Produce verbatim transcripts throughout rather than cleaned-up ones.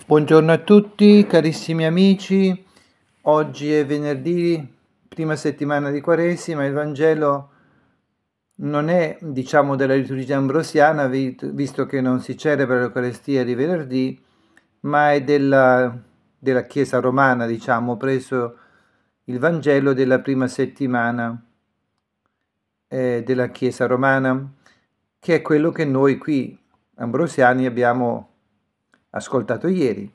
Buongiorno a tutti, carissimi amici. Oggi è venerdì, prima settimana di Quaresima. Il Vangelo non è, diciamo, della liturgia ambrosiana, vi- visto che non si celebra l'Eucaristia di venerdì, ma è della, della Chiesa romana, diciamo, preso il Vangelo della prima settimana eh, della Chiesa romana, che è quello che noi qui ambrosiani abbiamo ascoltato ieri.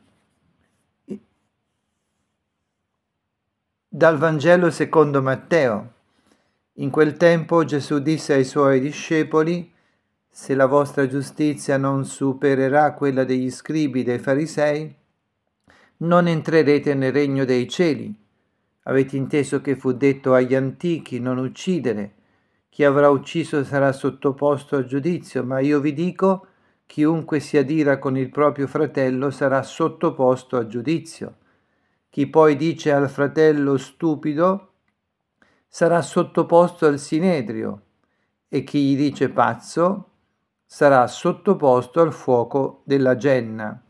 Dal Vangelo secondo Matteo. In quel tempo Gesù disse ai suoi discepoli: se la vostra giustizia non supererà quella degli scribi e dei farisei, non entrerete nel regno dei cieli. Avete inteso che fu detto agli antichi: non uccidere. Chi avrà ucciso sarà sottoposto a giudizio, ma io vi dico: chiunque si adira con il proprio fratello sarà sottoposto a giudizio. Chi poi dice al fratello stupido sarà sottoposto al sinedrio, e chi gli dice pazzo sarà sottoposto al fuoco della genna.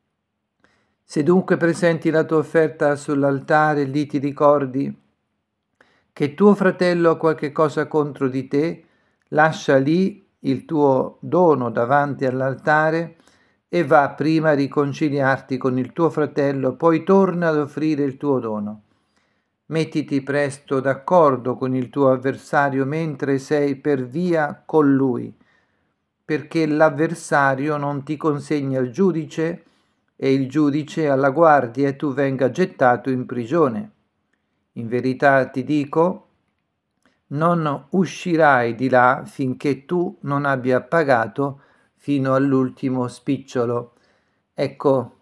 Se dunque presenti la tua offerta sull'altare, lì ti ricordi che tuo fratello ha qualche cosa contro di te, lascia lì il tuo dono davanti all'altare e va prima a riconciliarti con il tuo fratello, poi torna ad offrire il tuo dono. Mettiti presto d'accordo con il tuo avversario mentre sei per via con lui, perché l'avversario non ti consegna al giudice e il giudice alla guardia e tu venga gettato in prigione. In verità ti dico, non uscirai di là finché tu non abbia pagato fino all'ultimo spicciolo. Ecco,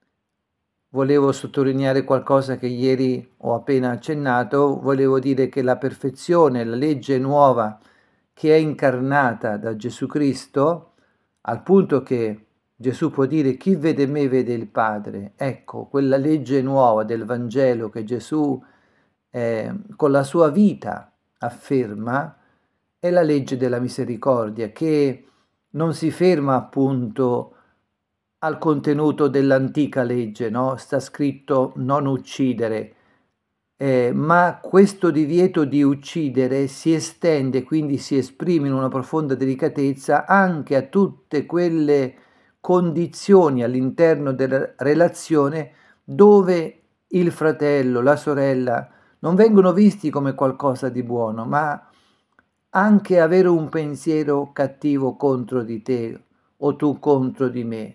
volevo sottolineare qualcosa che ieri ho appena accennato. Volevo dire che la perfezione, la legge nuova che è incarnata da Gesù Cristo, al punto che Gesù può dire: chi vede me vede il Padre. Ecco, quella legge nuova del Vangelo che Gesù eh, con la sua vita afferma, è la legge della misericordia, che non si ferma appunto al contenuto dell'antica legge, no? Sta scritto non uccidere, eh, ma questo divieto di uccidere si estende, quindi si esprime in una profonda delicatezza anche a tutte quelle condizioni all'interno della relazione dove il fratello, la sorella non vengono visti come qualcosa di buono, ma anche avere un pensiero cattivo contro di te o tu contro di me,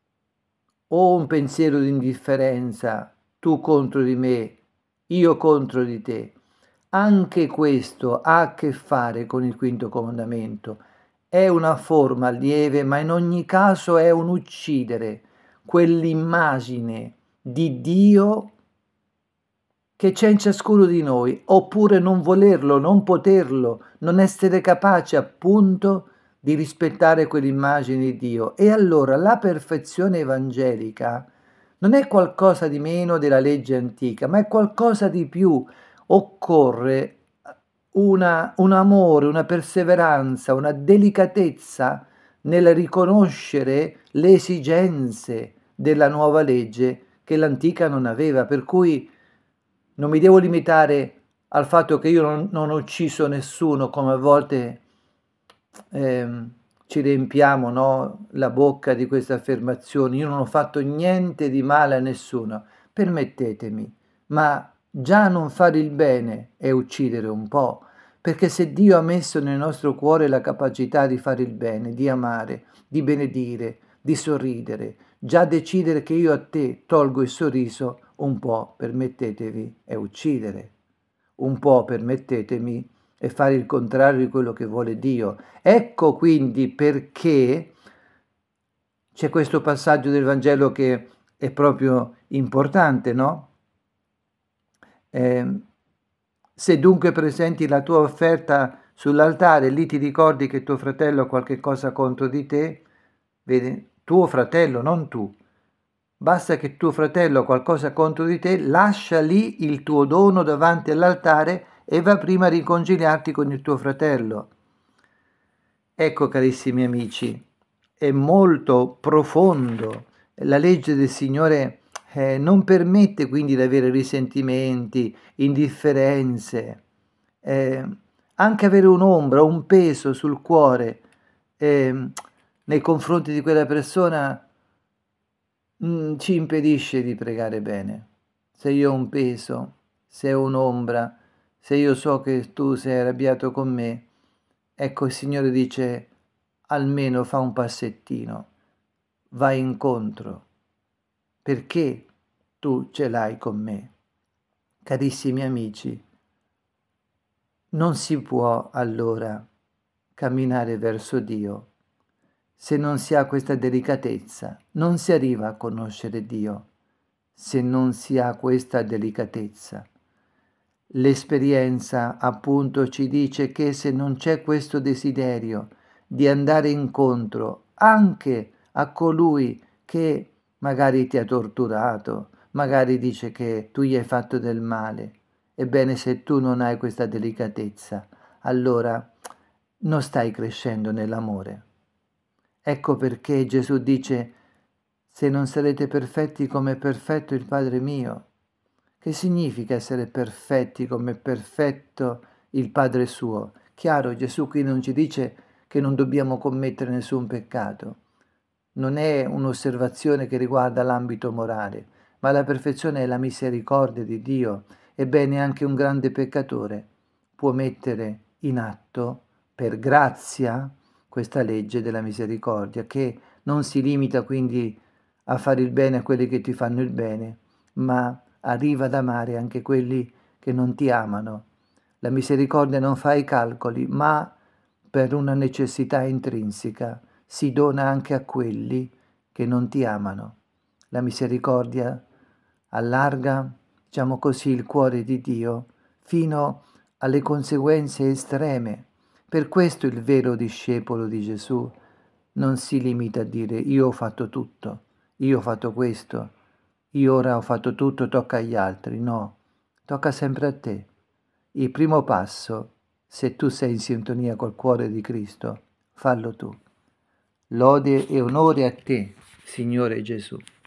o un pensiero di indifferenza, tu contro di me, io contro di te. Anche questo ha a che fare con il quinto comandamento. È una forma lieve, ma in ogni caso è un uccidere quell'immagine di Dio che c'è in ciascuno di noi, oppure non volerlo, non poterlo, non essere capace appunto di rispettare quell'immagine di Dio. E allora la perfezione evangelica non è qualcosa di meno della legge antica, ma è qualcosa di più. Occorre una, un amore, una perseveranza, una delicatezza nel riconoscere le esigenze della nuova legge che l'antica non aveva, per cui non mi devo limitare al fatto che io non, non ho ucciso nessuno, come a volte ehm, ci riempiamo, no, la bocca di queste affermazioni. Io non ho fatto niente di male a nessuno. Permettetemi, ma già non fare il bene è uccidere un po', perché se Dio ha messo nel nostro cuore la capacità di fare il bene, di amare, di benedire, di sorridere, già decidere che io a te tolgo il sorriso, un po', permettetevi, è uccidere. Un po', permettetemi, è fare il contrario di quello che vuole Dio. Ecco quindi perché c'è questo passaggio del Vangelo che è proprio importante, no? Eh, se dunque presenti la tua offerta sull'altare, lì ti ricordi che tuo fratello ha qualche cosa contro di te, vedi, tuo fratello, non tu. Basta che tuo fratello ha qualcosa contro di te, lascia lì il tuo dono davanti all'altare e va prima a riconciliarti con il tuo fratello. Ecco, carissimi amici, è molto profondo La legge del Signore eh, non permette quindi di avere risentimenti, indifferenze, eh, anche avere un'ombra, un peso sul cuore eh, nei confronti di quella persona mh, ci impedisce di pregare bene. Se io ho un peso, se ho un'ombra, se io so che tu sei arrabbiato con me, ecco il Signore dice almeno fa un passettino, vai incontro, perché tu ce l'hai con me. Carissimi amici, non si può allora camminare verso Dio se non si ha questa delicatezza, non si arriva a conoscere Dio se non si ha questa delicatezza. L'esperienza appunto ci dice che se non c'è questo desiderio di andare incontro anche a colui che magari ti ha torturato, magari dice che tu gli hai fatto del male, ebbene se tu non hai questa delicatezza, allora non stai crescendo nell'amore. Ecco perché Gesù dice: se non sarete perfetti come è perfetto il Padre mio. Che significa essere perfetti come è perfetto il Padre suo? Chiaro, Gesù qui non ci dice che non dobbiamo commettere nessun peccato. Non è un'osservazione che riguarda l'ambito morale, ma la perfezione è la misericordia di Dio. Ebbene, anche un grande peccatore può mettere in atto, per grazia, questa legge della misericordia, che non si limita quindi a fare il bene a quelli che ti fanno il bene, ma arriva ad amare anche quelli che non ti amano. La misericordia non fa i calcoli, ma per una necessità intrinseca si dona anche a quelli che non ti amano. La misericordia allarga, diciamo così, il cuore di Dio fino alle conseguenze estreme. Per questo il vero discepolo di Gesù non si limita a dire io ho fatto tutto, io ho fatto questo, io ora ho fatto tutto, tocca agli altri. No, tocca sempre a te. Il primo passo, se tu sei in sintonia col cuore di Cristo, fallo tu. Lode e onore a te, Signore Gesù.